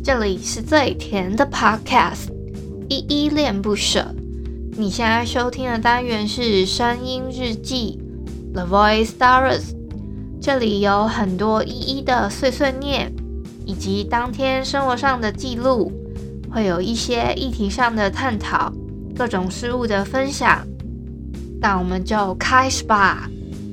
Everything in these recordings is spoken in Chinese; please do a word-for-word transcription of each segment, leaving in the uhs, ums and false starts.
这里是最甜的 Podcast， 依依恋不舍。你现在收听的单元是声音日记 The Voice Diaries， 这里有很多依依的碎碎念，以及当天生活上的记录，会有一些议题上的探讨，各种事物的分享。那我们就开始吧。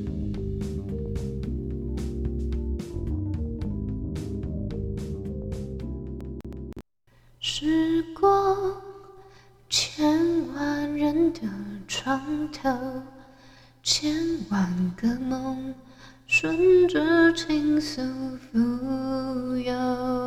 时光，千万人的床头，千万个梦，顺着情愫浮游。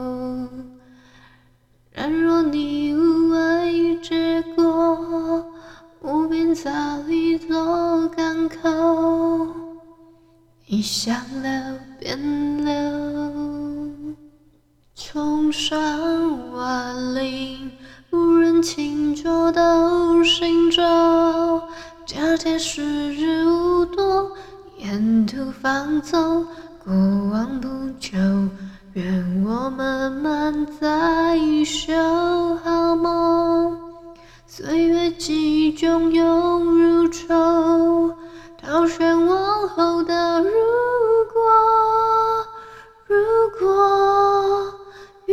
然若你无畏结果，无边草里做港口，一向流变流，冲上万里，无人轻舟斗行舟，皎洁时日无多，沿途放纵，过往不久，愿我们满载修好梦，岁月既汹涌如潮，挑选往后的如果，如果与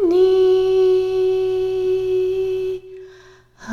你和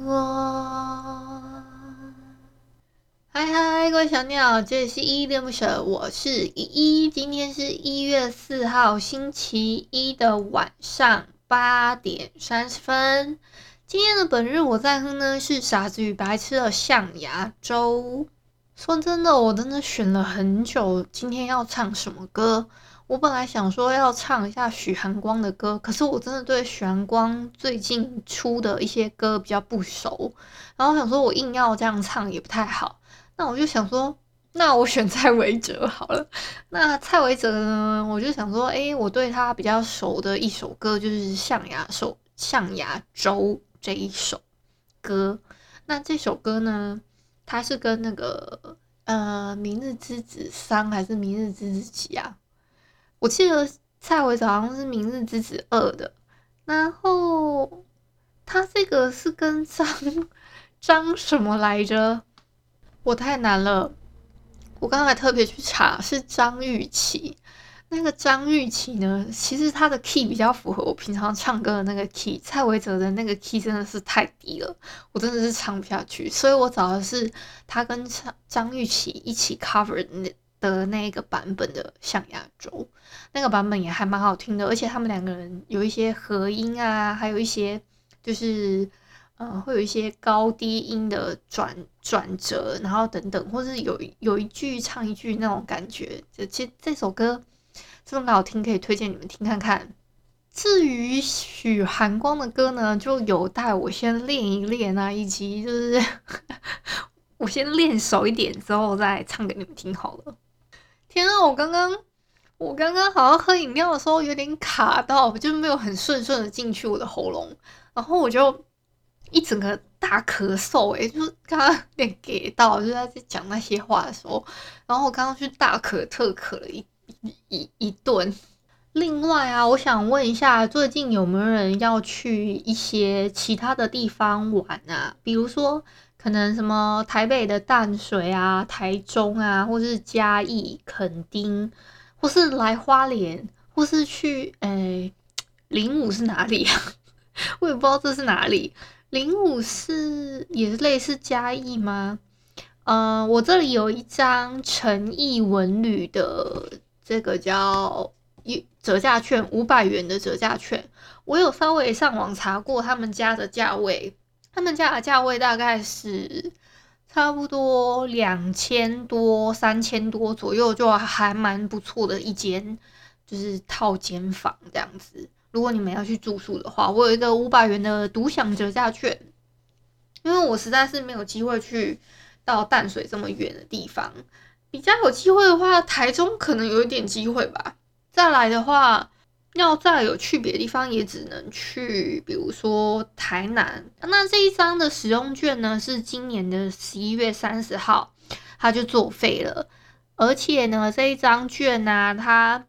我。嗨嗨，各位小鸟，这里是依依恋不舍，我是依依。今天是一月四号星期一的晚上八点三十分。今天的本日我在喝呢是傻子与白痴的象牙粥。说真的，我真的选了很久，今天要唱什么歌。我本来想说要唱一下许寒光的歌，可是我真的对许寒光最近出的一些歌比较不熟，然后想说我硬要这样唱也不太好，那我就想说那我选蔡维哲好了。那蔡维哲呢，我就想说诶，我对他比较熟的一首歌就是象牙手象牙粥这一首歌。那这首歌呢，它是跟那个呃明日之子三还是明日之子几啊，我记得蔡维哲好像是明日之子二的，然后他这个是跟张张什么来着，我太难了，我刚才特别去查，是张玉琪。那个张玉琪呢，其实他的 key 比较符合我平常唱歌的那个 key， 蔡维哲的那个 key 真的是太低了，我真的是唱不下去，所以我找的是他跟张玉琪一起 cover 的那个版本的象牙粥，那个版本也还蛮好听的，而且他们两个人有一些合音啊，还有一些就是呃，会有一些高低音的转转折，然后等等，或是有有一句唱一句那种感觉。其实这首歌真的好听，可以推荐你们听看看。至于许寒光的歌呢，就有待我先练一练啊，以及就是我先练熟一点之后再唱给你们听好了。天啊，我刚刚我刚刚好像喝饮料的时候有点卡到，就没有很顺顺的进去我的喉咙，然后我就一整个大咳嗽，诶、欸、就是刚刚有点给到，就是在讲那些话的时候，然后我刚刚去大咳特咳了一一一顿。另外啊，我想问一下，最近有没有人要去一些其他的地方玩啊？比如说，可能什么台北的淡水啊、台中啊，或是嘉义、垦丁，或是来花莲，或是去诶零五是哪里啊？我也不知道这是哪里。零五是也是类似嘉义吗？呃，我这里有一张诚毅文旅的这个叫折价券，五百元的折价券，我有稍微上网查过他们家的价位，他们家的价位大概是差不多两千多、三千多左右，就还蛮不错的一间，就是套间房这样子。如果你们要去住宿的话，我有一个五百元的独享折价券，因为我实在是没有机会去到淡水这么远的地方。比较有机会的话，台中可能有一点机会吧。再来的话，要再有去别的地方，也只能去，比如说台南。那这一张的使用券呢，是今年的十一月三十号，它就作废了。而且呢，这一张券啊，它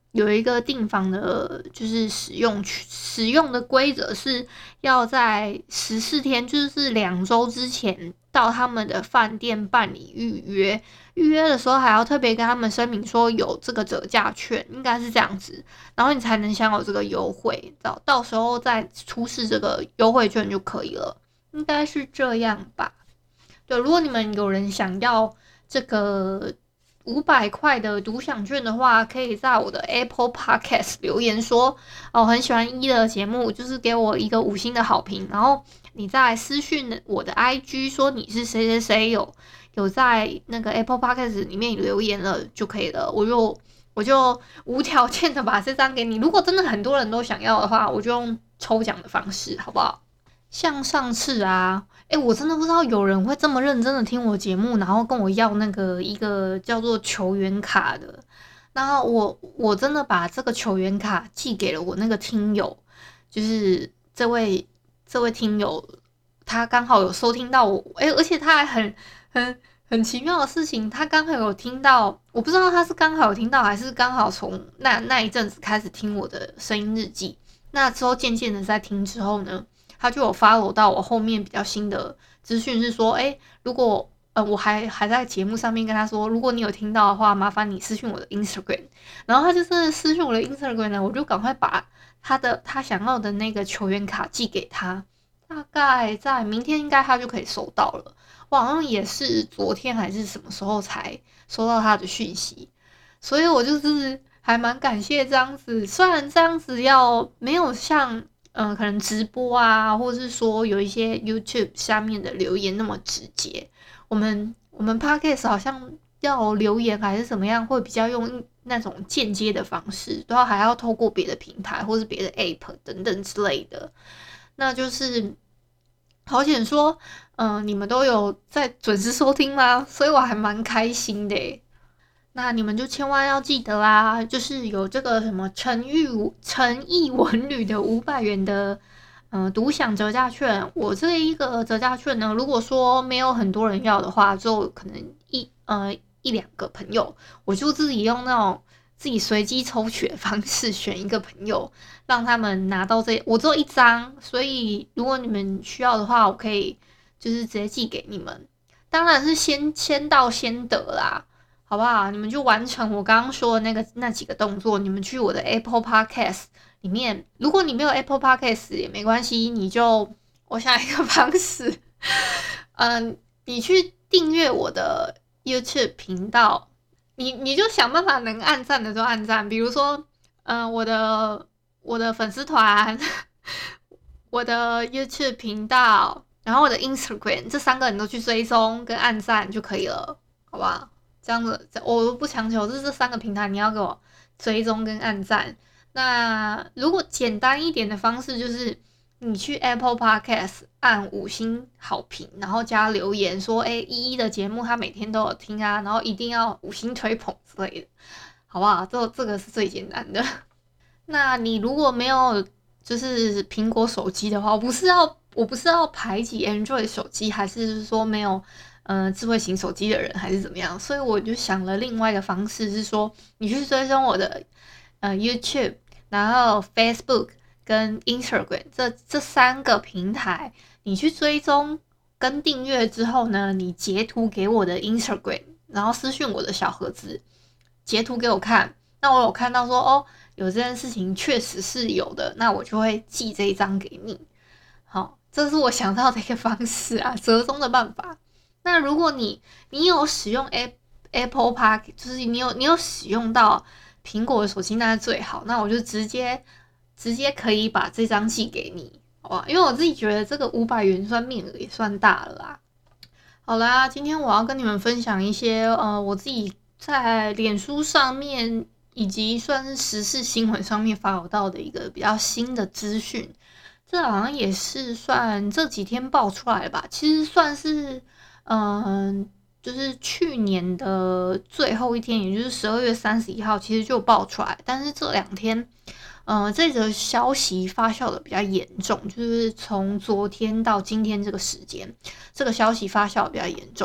有一个订房的，就是使用使用的规则是要在十四天，就是两周之前到他们的饭店办理预约。预约的时候还要特别跟他们声明说有这个折价券，应该是这样子，然后你才能享有这个优惠，到到时候再出示这个优惠券就可以了，应该是这样吧。对，如果你们有人想要这个五百块的独享券的话，可以在我的 Apple Podcast 留言说哦，很喜欢一的节目，就是给我一个五星的好评，然后你再私讯我的 I G 说你是谁谁谁有有在那个 Apple Podcast 里面留言了就可以了，我就我就无条件的把这张给你。如果真的很多人都想要的话，我就用抽奖的方式，好不好？像上次啊，诶、欸，我真的不知道有人会这么认真的听我节目，然后跟我要那个一个叫做球员卡的。然后我我真的把这个球员卡寄给了我那个听友，就是这位这位听友，他刚好有收听到我，诶、欸，而且他还很很很奇妙的事情，他刚好有听到，我不知道他是刚好有听到，还是刚好从那那一阵子开始听我的声音日记。那之后渐渐的在听之后呢，他就有 follow 到我后面比较新的资讯，是说，哎，如果呃我还还在节目上面跟他说，如果你有听到的话，麻烦你私讯我的 Instagram。然后他就真的私讯我的 Instagram 呢，我就赶快把他的他想要的那个球员卡寄给他，大概在明天应该他就可以收到了。我好像也是昨天还是什么时候才收到他的讯息，所以我就是还蛮感谢这样子，虽然这样子要没有像。嗯、呃，可能直播啊，或者是说有一些 YouTube 下面的留言那么直接。我们我们 Podcast 好像要留言还是怎么样，会比较用那种间接的方式，都要还要透过别的平台或是别的 App 等等之类的。那就是好险说，嗯、呃，你们都有在准时收听吗？所以我还蛮开心的耶。那你们就千万要记得啦，就是有这个什么诚意诚意文旅的五百元的呃独享折价券。我这一个折价券呢，如果说没有很多人要的话，就可能一呃一两个朋友，我就自己用那种自己随机抽取的方式选一个朋友，让他们拿到这，我只有一张，所以如果你们需要的话，我可以就是直接寄给你们，当然是先先到先得啦。好不好？你们就完成我刚刚说的那个那几个动作。你们去我的 Apple Podcast 里面，如果你没有 Apple Podcast 也没关系，你就我想一个方式，嗯、呃，你去订阅我的 YouTube 频道，你你就想办法能按赞的就按赞，比如说，嗯、呃，我的我的粉丝团，我的 YouTube 频道，然后我的 Instagram 这三个你都去追踪跟按赞就可以了，好不好？这样子，我不强求，就是这三个平台你要给我追踪跟按赞。那如果简单一点的方式，就是你去 Apple Podcast 按五星好评，然后加留言说，哎，依依的节目他每天都有听啊，然后一定要五星推捧之类的，好不好？这这个是最简单的。那你如果没有就是苹果手机的话，我不是要我不是要排挤 Android 手机，还是说没有。呃，智慧型手机的人还是怎么样，所以我就想了另外一个方式，是说你去追踪我的呃 YouTube，然后 Facebook 跟 Instagram 这这三个平台，你去追踪跟订阅之后呢，你截图给我的 Instagram，然后私讯我的小盒子，截图给我看，那我有看到说哦，有这件事情确实是有的，那我就会寄这一张给你。好，这是我想到的一个方式啊，折中的办法。那如果你你有使用 Apple Park， 就是你有你有使用到苹果的手机，那是最好。那我就直接直接可以把这张寄给你，好吧？因为我自己觉得这个五百元算面额也算大了啦。好啦，今天我要跟你们分享一些呃我自己在脸书上面以及算是时事新闻上面发有到的一个比较新的资讯。这好像也是算这几天爆出来的吧，其实算是。嗯，就是去年的最后一天，也就是十二月三十一号，其实就爆出来。但是这两天，嗯，这则消息发酵的比较严重，就是从昨天到今天这个时间，这个消息发酵的比较严重。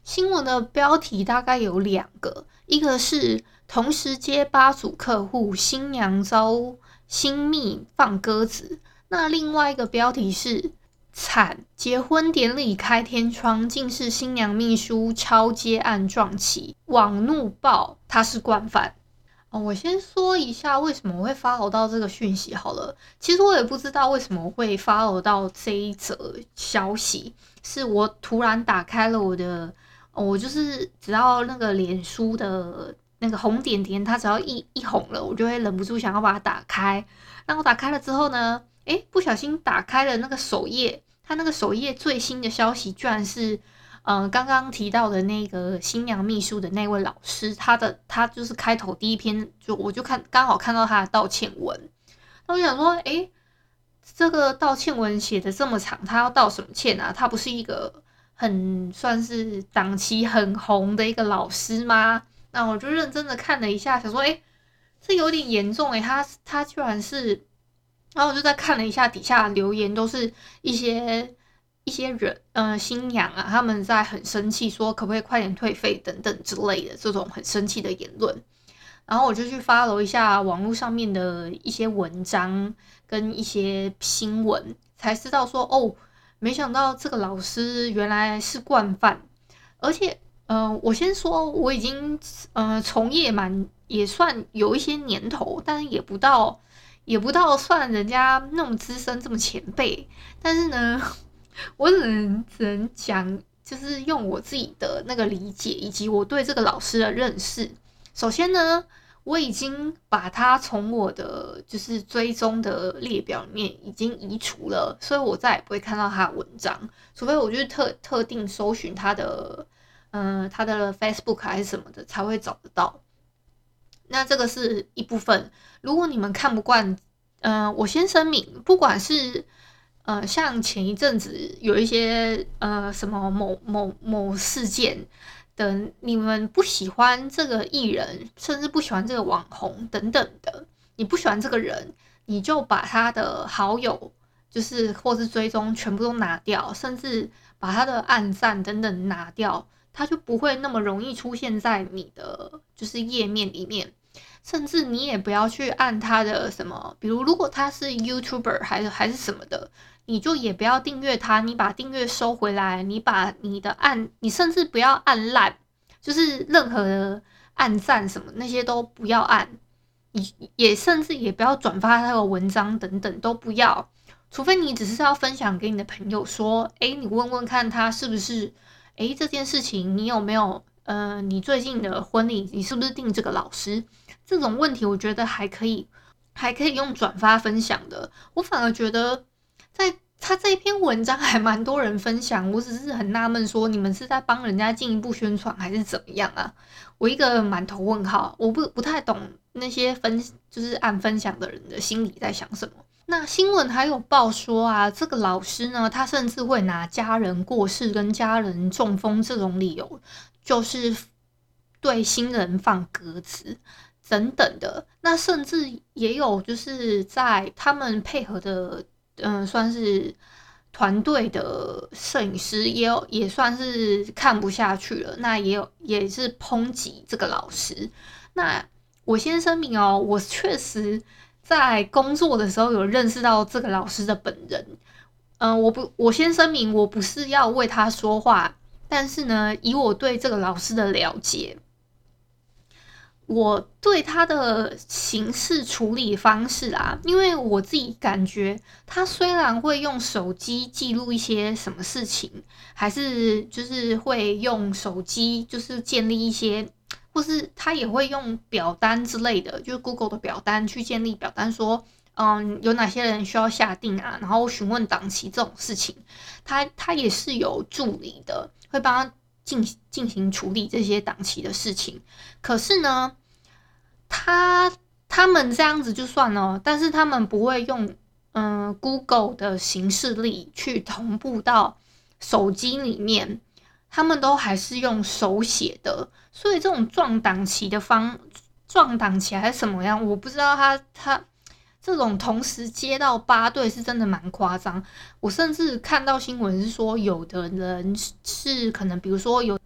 新闻的标题大概有两个，一个是同时接八组客户，新娘遭新秘放鸽子，那另外一个标题是惨，结婚典礼开天窗，竟是新娘秘书抄接案撞期，网怒爆他是惯犯。哦，我先说一下为什么我会 follow 到这个讯息好了。其实我也不知道为什么会 follow 到这一则消息，是我突然打开了我的，哦、我就是只要那个脸书的那个红点点，它只要一一红了，我就会忍不住想要把它打开。那我打开了之后呢，诶，不小心打开了那个首页，它那个首页最新的消息居然是。嗯，刚刚提到的那个新娘秘书的那位老师，他的他就是开头第一篇，就我就看刚好看到他的道歉文，那我想说，诶，这个道歉文写的这么长，他要道什么歉啊？他不是一个很算是档期很红的一个老师吗？那我就认真的看了一下，想说，诶，这有点严重诶，他他居然是，然后我就再看了一下底下留言，都是一些。一些人，呃，新娘啊，他们在很生气，说可不可以快点退费等等之类的这种很生气的言论。然后我就去 follow 一下网络上面的一些文章跟一些新闻，才知道说，哦，没想到这个老师原来是惯犯，而且，呃，我先说我已经呃从业蛮也算有一些年头，但是也不到也不到算人家那么资深这么前辈，但是呢。我只能只能讲，就是用我自己的那个理解，以及我对这个老师的认识。首先呢，我已经把他从我的就是追踪的列表里面已经移除了，所以我再也不会看到他的文章，除非我就是特特定搜寻他的，嗯、呃，他的 Facebook 还是什么的才会找得到。那这个是一部分。如果你们看不惯，嗯、呃，我先声明，不管是呃，像前一阵子有一些呃什么某某某事件的，你们不喜欢这个艺人，甚至不喜欢这个网红等等的，你不喜欢这个人，你就把他的好友就是或是追踪全部都拿掉，甚至把他的按赞等等拿掉，他就不会那么容易出现在你的就是页面里面。甚至你也不要去按他的什么，比如如果他是 YouTuber 还是还是什么的，你就也不要订阅他，你把订阅收回来，你把你的按，你甚至不要按烂，就是任何的按赞什么那些都不要按，你也甚至也不要转发他的文章等等都不要，除非你只是要分享给你的朋友说，诶，你问问看他是不是，诶，这件事情你有没有，呃，你最近的婚礼你是不是订这个老师？这种问题我觉得还可以，还可以用转发分享的。我反而觉得，在他这一篇文章还蛮多人分享，我只是很纳闷，说你们是在帮人家进一步宣传还是怎么样啊？我一个满头问号，我不不太懂那些分就是按分享的人的心里在想什么。那新闻还有报说啊，这个老师呢，他甚至会拿家人过世跟家人中风这种理由，就是对新人放鸽子。等等的，那甚至也有就是在他们配合的，嗯、呃，算是团队的摄影师，也有也算是看不下去了，那也有也是抨击这个老师。那我先声明哦，我确实在工作的时候有认识到这个老师的本人，嗯、呃，我不，我先声明，我不是要为他说话，但是呢，以我对这个老师的了解。我对他的刑事处理方式啊，因为我自己感觉，他虽然会用手机记录一些什么事情，还是就是会用手机就是建立一些，或是他也会用表单之类的，就是 Google 的表单去建立表单说，嗯，有哪些人需要下定啊，然后询问档期这种事情，他他也是有助理的，会帮他进进行处理这些档期的事情。可是呢，他他们这样子就算了，但是他们不会用嗯、呃、Google 的形式力去同步到手机里面，他们都还是用手写的，所以这种撞档期的方撞档期还是什么样，我不知道他他。这种同时接到八对是真的蛮夸张，我甚至看到新闻是说，有的人是可能，比如说有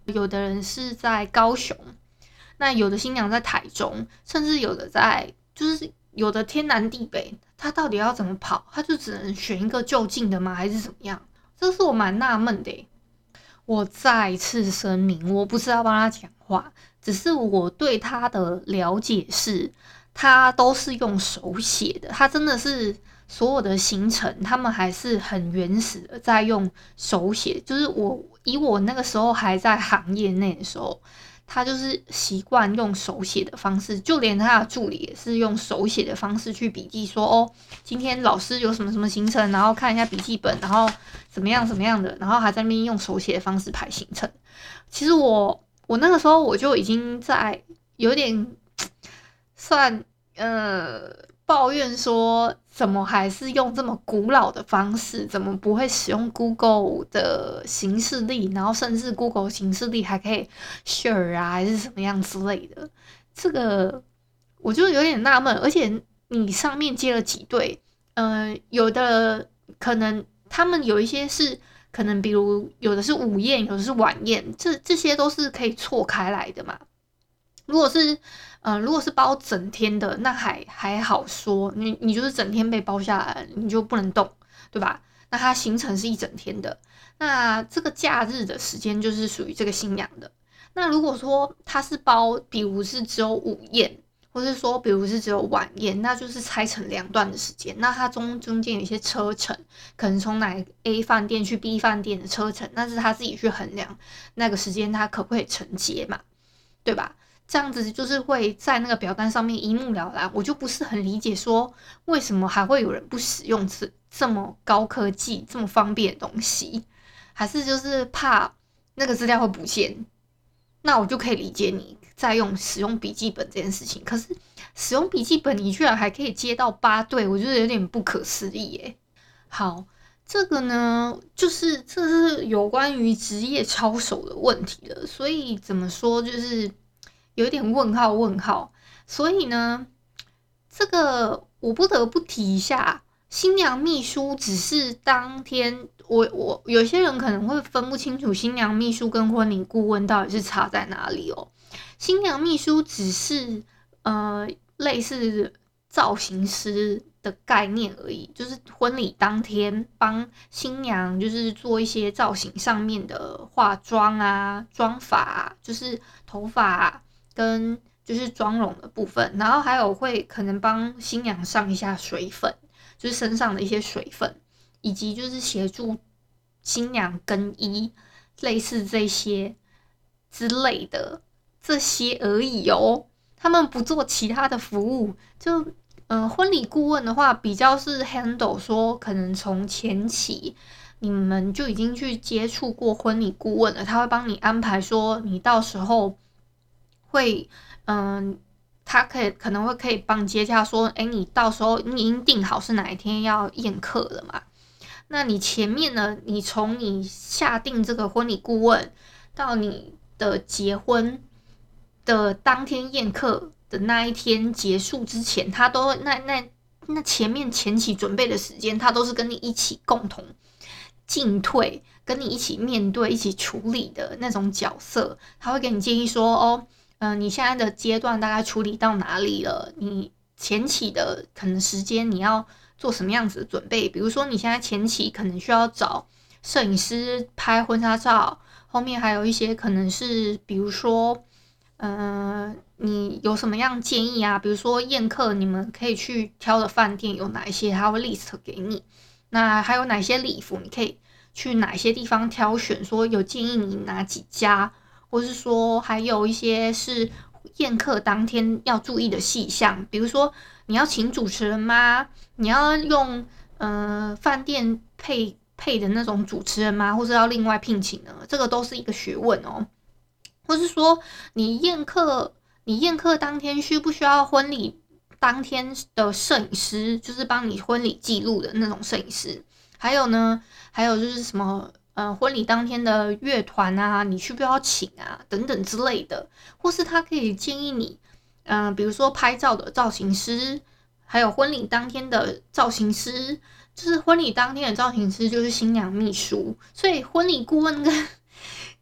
有的人是在高雄，那有的新娘在台中，甚至有的在就是有的天南地北，他到底要怎么跑？他就只能选一个就近的吗？还是怎么样？这是我蛮纳闷的耶。我再次声明，我不是要帮他讲话，只是我对他的了解是，他都是用手写的，他真的是所有的行程，他们还是很原始的在用手写。就是我以我那个时候还在行业内的时候，他就是习惯用手写的方式，就连他的助理也是用手写的方式去笔记说，哦，今天老师有什么什么行程，然后看一下笔记本，然后怎么样怎么样的，然后还在那边用手写的方式排行程。其实我我那个时候我就已经在有点算呃抱怨说，怎么还是用这么古老的方式？怎么不会使用 Google 的行事历？然后甚至 Google 行事历还可以 share 啊，还是什么样之类的？这个我就有点纳闷。而且你上面接了几对，呃，有的可能他们有一些是可能，比如有的是午宴，有的是晚宴，这这些都是可以错开来的嘛。如果是，嗯、呃，如果是包整天的，那还还好说，你你就是整天被包下来，你就不能动，对吧？那它行程是一整天的，那这个假日的时间就是属于这个新娘的。那如果说它是包，比如是只有午宴，或是说比如是只有晚宴，那就是拆成两段的时间。那它中中间有一些车程，可能从哪 A 饭店去 B 饭店的车程，那是他自己去衡量那个时间他可不可以承接嘛，对吧？这样子就是会在那个表单上面一目了然。我就不是很理解说，为什么还会有人不使用这这么高科技、这么方便的东西，还是就是怕那个资料会不见？那我就可以理解你在用使用笔记本这件事情。可是使用笔记本，你居然还可以接到八对，我觉得有点不可思议耶。好，这个呢，就是这是有关于职业操守的问题了。所以怎么说，就是有点问号问号。所以呢，这个我不得不提一下，新娘秘书只是当天，我我有些人可能会分不清楚新娘秘书跟婚礼顾问到底是差在哪里哦。新娘秘书只是呃类似造型师的概念而已，就是婚礼当天帮新娘就是做一些造型上面的化妆啊、妆发啊，就是头发啊跟就是妆容的部分，然后还有会可能帮新娘上一下水粉，就是身上的一些水分，以及就是协助新娘更衣，类似这些之类的这些而已哦。他们不做其他的服务，就嗯、呃，婚礼顾问的话，比较是 handle 说，可能从前期你们就已经去接触过婚礼顾问了，他会帮你安排说，你到时候会嗯、呃，他可以可能会可以帮你接洽说，哎，你到时候你已经定好是哪一天要宴客了嘛？那你前面呢？你从你下定这个婚礼顾问到你的结婚的当天宴客的那一天结束之前，他都那那那前面前期准备的时间，他都是跟你一起共同进退，跟你一起面对、一起处理的那种角色。他会给你建议说，哦，嗯、呃，你现在的阶段大概处理到哪里了？你前期的可能时间你要做什么样子的准备？比如说你现在前期可能需要找摄影师拍婚纱照，后面还有一些可能是，比如说。嗯、呃，你有什么样建议啊？比如说宴客，你们可以去挑的饭店有哪一些，他会 list 给你。那还有哪些礼服，你可以去哪些地方挑选？说有建议你哪几家，或是说还有一些是宴客当天要注意的细项，比如说你要请主持人吗？你要用呃饭店配配的那种主持人吗？或是要另外聘请呢？这个都是一个学问哦。或是说你宴客，你宴客当天需不需要婚礼当天的摄影师，就是帮你婚礼记录的那种摄影师？还有呢，还有就是什么呃婚礼当天的乐团啊，你需不需要请啊？等等之类的，或是他可以建议你，嗯、呃，比如说拍照的造型师，还有婚礼当天的造型师，就是婚礼当天的造型师就是新娘秘书，所以婚礼顾问跟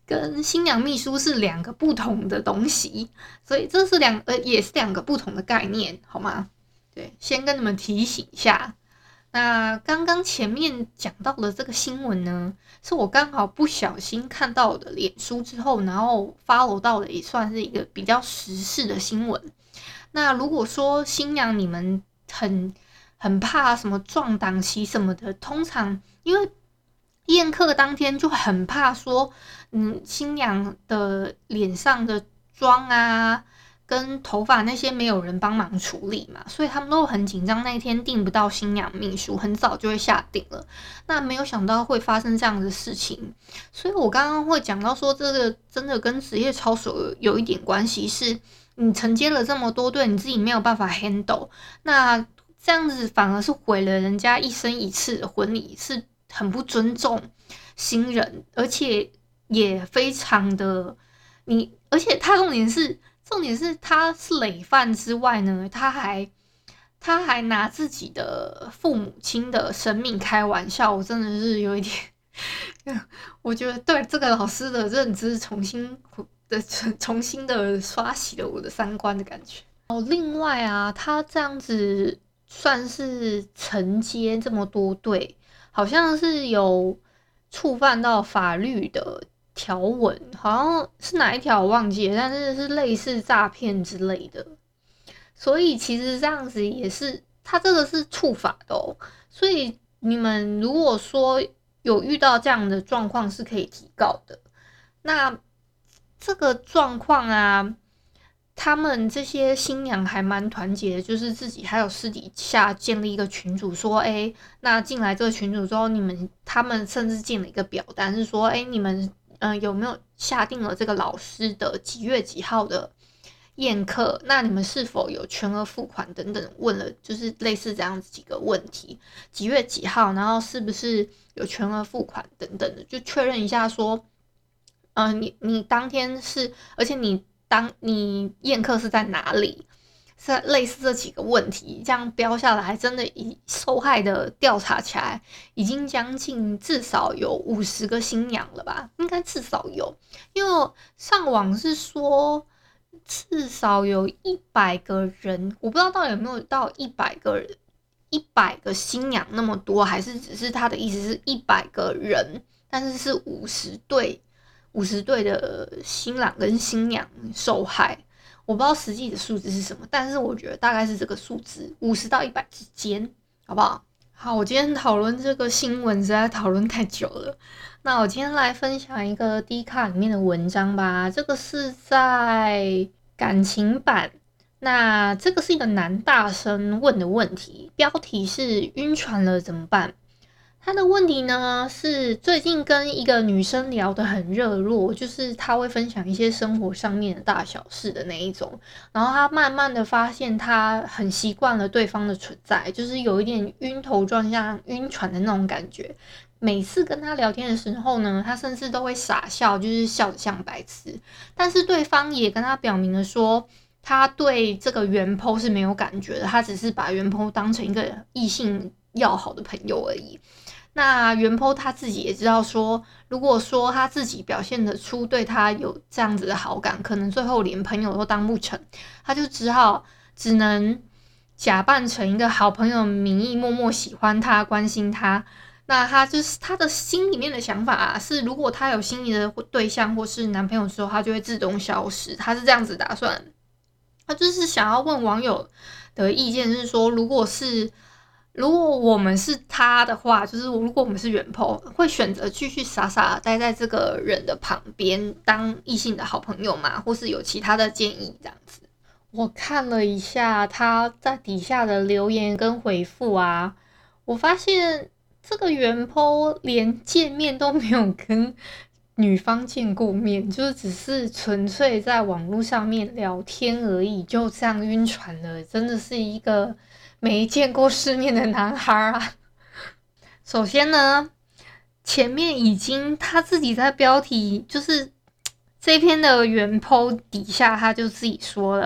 跟新娘秘书是两个不同的东西，所以这是两呃也是两个不同的概念，好吗？对，先跟你们提醒一下。那刚刚前面讲到的这个新闻呢，是我刚好不小心看到我的脸书之后，然后 follow 到的，也算是一个比较时事的新闻。那如果说新娘你们很很怕什么撞档期什么的，通常因为宴客当天就很怕说，嗯，新娘的脸上的妆啊，跟头发那些没有人帮忙处理嘛，所以他们都很紧张，那一天订不到新娘秘书，很早就会下定了。那没有想到会发生这样的事情，所以我刚刚会讲到说，这个真的跟职业操守有有一点关系，是你承接了这么多对，你自己没有办法 handle， 那这样子反而是毁了人家一生一次的婚礼，是很不尊重新人，而且也非常的你，而且他重点是。重点是他是累犯之外呢，他还他还拿自己的父母亲的生命开玩笑，我真的是有一点，我觉得对这个老师的认知重新的重新的刷洗了我的三观的感觉。哦，另外啊，他这样子算是承接这么多对，好像是有触犯到法律的。条文好像是哪一条我忘记了，但是是类似诈骗之类的，所以其实这样子也是，他这个是触法的哦。所以你们如果说有遇到这样的状况，是可以提告的。那这个状况啊，他们这些新娘还蛮团结的，就是自己还有私底下建立一个群组，说，哎、欸，那进来这个群组之后，你们他们甚至建了一个表单，是说，哎、欸，你们。嗯，有没有下定了这个老师的几月几号的宴客？那你们是否有全额付款等等？问了就是类似这样子几个问题，几月几号，然后是不是有全额付款等等的，就确认一下说，嗯、呃，你你当天是，而且你当你宴客是在哪里？是类似这几个问题，这样标下来，真的以受害的调查起来，已经将近至少有五十个新娘了吧？应该至少有，因为上网是说至少有一百个人，我不知道到底有没有到一百个人，一百个新娘那么多，还是只是他的意思是一百个人，但是是五十对五十对的新郎跟新娘受害。我不知道实际的数字是什么，但是我觉得大概是这个数字，五十到一百之间，好不好？好，我今天讨论这个新闻实在讨论太久了，那我今天来分享一个 D 卡里面的文章吧。这个是在感情版，那这个是一个男大生问的问题，标题是晕船了怎么办？他的问题呢是最近跟一个女生聊得很热络，就是他会分享一些生活上面的大小事的那一种，然后他慢慢的发现他很习惯了对方的存在，就是有一点晕头转向、晕船的那种感觉。每次跟他聊天的时候呢，他甚至都会傻笑，就是笑得像白痴。但是对方也跟他表明了说，他对这个原 po 是没有感觉的，他只是把原 po 当成一个异性要好的朋友而已。那原 po 他自己也知道说，如果说他自己表现得出对他有这样子的好感，可能最后连朋友都当不成，他就只好只能假扮成一个好朋友名义，默默喜欢他、关心他。那他就是他的心里面的想法啊，是如果他有心仪的对象或是男朋友的时候，他就会自动消失。他是这样子打算，他就是想要问网友的意见，是说，如果是。如果我们是他的话，就是如果我们是原 po， 会选择继续傻傻待在这个人的旁边，当异性的好朋友嘛，或是有其他的建议这样子。我看了一下他在底下的留言跟回复啊，我发现这个原 po 连见面都没有跟女方见过面，就是只是纯粹在网络上面聊天而已，就这样晕船了，真的是一个没见过世面的男孩啊！首先呢，前面已经他自己在标题就是这篇的原 po 底下他就自己说了，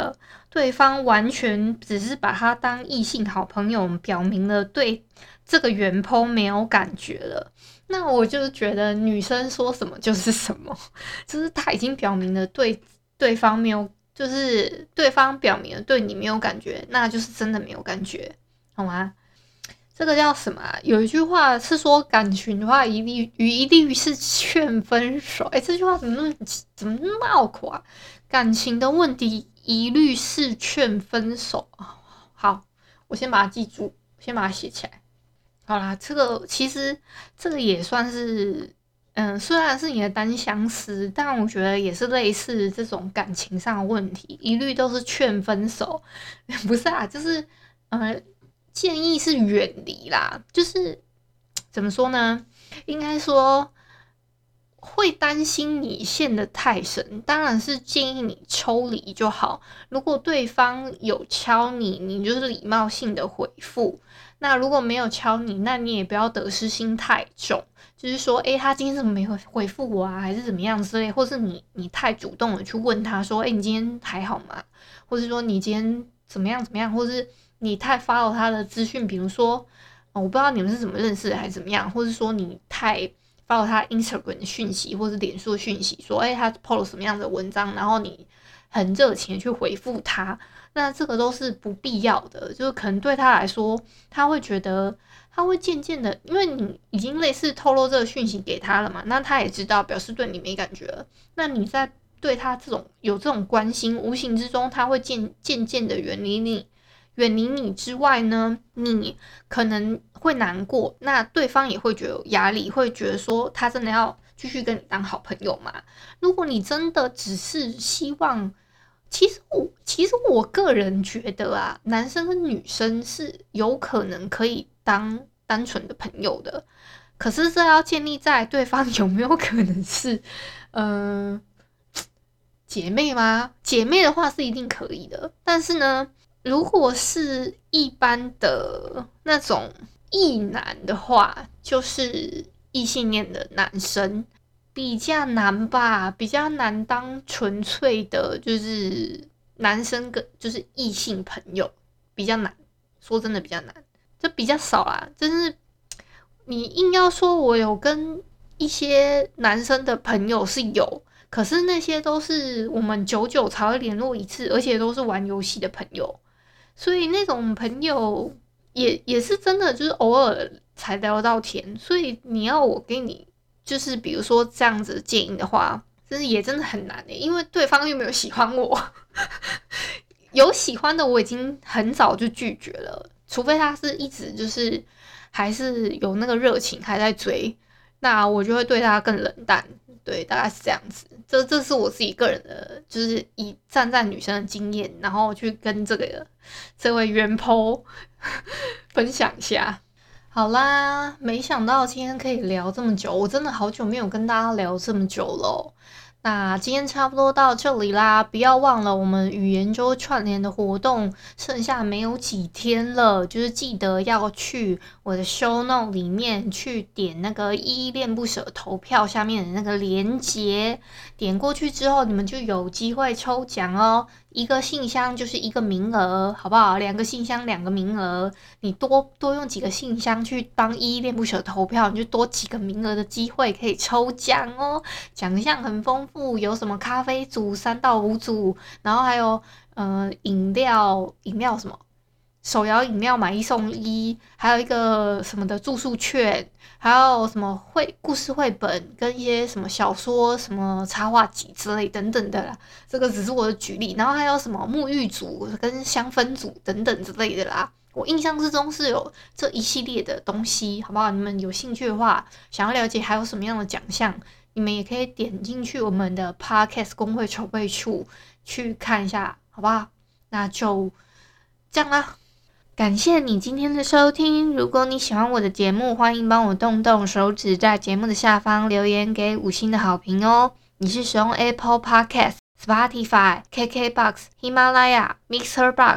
对方完全只是把他当异性好朋友，表明了对这个原 po 没有感觉了。那我就是觉得女生说什么就是什么，就是他已经表明了对对方没有，就是对方表明了对你没有感觉，那就是真的没有感觉，好吗？这个叫什么啊？有一句话是说感情的话，一律一律是劝分手。哎，这句话怎么那么怎么那么拗口啊？感情的问题一律是劝分手。好，我先把它记住，先把它写起来。好啦，这个其实这个也算是，嗯，虽然是你的单相思，但我觉得也是类似这种感情上的问题，一律都是劝分手。不是啊，就是呃。建议是远离啦，就是怎么说呢？应该说会担心你陷得太深，当然是建议你抽离就好。如果对方有敲你，你就是礼貌性的回复；那如果没有敲你，那你也不要得失心太重，就是说，诶，他今天怎么没回复我啊，还是怎么样之类，或是你你太主动的去问他说，诶，你今天还好吗？或是说你今天怎么样怎么样，或是你太 follow 他的资讯，比如说、哦，我不知道你们是怎么认识的还是怎么样，或是说你太 follow 他 Instagram 的讯息，或是脸书的讯息，说哎他 po 了什么样的文章，然后你很热情的去回复他，那这个都是不必要的，就是可能对他来说，他会觉得他会渐渐的，因为你已经类似透露这个讯息给他了嘛，那他也知道，表示对你没感觉了，那你在对他这种有这种关心，无形之中他会渐渐渐的远离你。远离你之外呢，你可能会难过，那对方也会觉得有压力，会觉得说他真的要继续跟你当好朋友嘛？如果你真的只是希望，其实我其实我个人觉得啊，男生跟女生是有可能可以当单纯的朋友的，可是这要建立在对方有没有可能是，嗯、呃，姐妹吗？姐妹的话是一定可以的，但是呢。如果是一般的那种异男的话，就是异性恋的男生比较难吧，比较难当纯粹的，就是男生跟就是异性朋友比较难，说真的比较难，就比较少啦。就是你硬要说我有跟一些男生的朋友是有，可是那些都是我们久久才会联络一次，而且都是玩游戏的朋友。所以那种朋友也也是真的，就是偶尔才聊到天。所以你要我给你，就是比如说这样子的建议的话，真是也真的很难诶、欸，因为对方又没有喜欢我，有喜欢的我已经很早就拒绝了，除非他是一直就是还是有那个热情还在追，那我就会对他更冷淡。对，大概是这样子。这这是我自己个人的，就是以站在女生的经验，然后去跟这个这位原 po 分享一下。好啦，没想到今天可以聊这么久，我真的好久没有跟大家聊这么久了。那今天差不多到这里啦，不要忘了我们语言周串联的活动剩下没有几天了，就是记得要去我的 show note 里面去点那个依依恋不舍投票下面的那个连结，点过去之后你们就有机会抽奖哦。一个信箱就是一个名额，好不好？两个信箱两个名额，你多多用几个信箱去帮依依恋不舍投票，你就多几个名额的机会可以抽奖哦。奖项很丰富，有什么咖啡组三到五组，然后还有呃饮料饮料什么手摇饮料买一送一，还有一个什么的住宿券，还有什么绘故事绘本跟一些什么小说、什么插画集之类等等的啦。这个只是我的举例，然后还有什么沐浴组跟香氛组等等之类的啦。我印象之中是有这一系列的东西，好不好？你们有兴趣的话，想要了解还有什么样的奖项，你们也可以点进去我们的 Podcast 公会筹备处去看一下，好不好？那就这样啦。感谢你今天的收听，如果你喜欢我的节目，欢迎帮我动动手指，在节目的下方留言给五星的好评哦。你是使用 Apple Podcast、Spotify、K K Box、喜马拉雅、Mixer Box、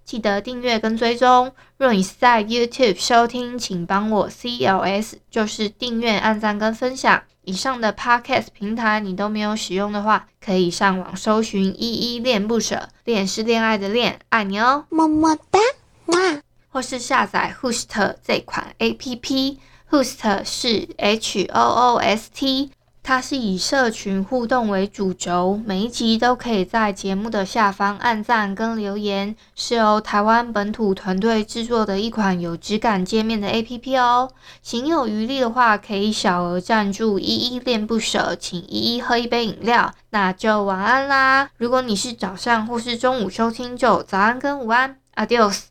记得订阅跟追踪。若你是在 YouTube 收听，请帮我 C L S， 就是订阅、按赞跟分享。以上的 Podcast 平台你都没有使用的话，可以上网搜寻依依恋不舍，恋是恋爱的恋，爱你哦，么么哒，哇！或是下载 Host 这款 A P P，Host 是 H O O S T， 它是以社群互动为主轴，每一集都可以在节目的下方按赞跟留言，是由台湾本土团队制作的一款有质感界面的 A P P 哦。行有余力的话，可以小额赞助依依恋不舍，请依依喝一杯饮料，那就晚安啦。如果你是早上或是中午收听，就早安跟午安 ，Adios。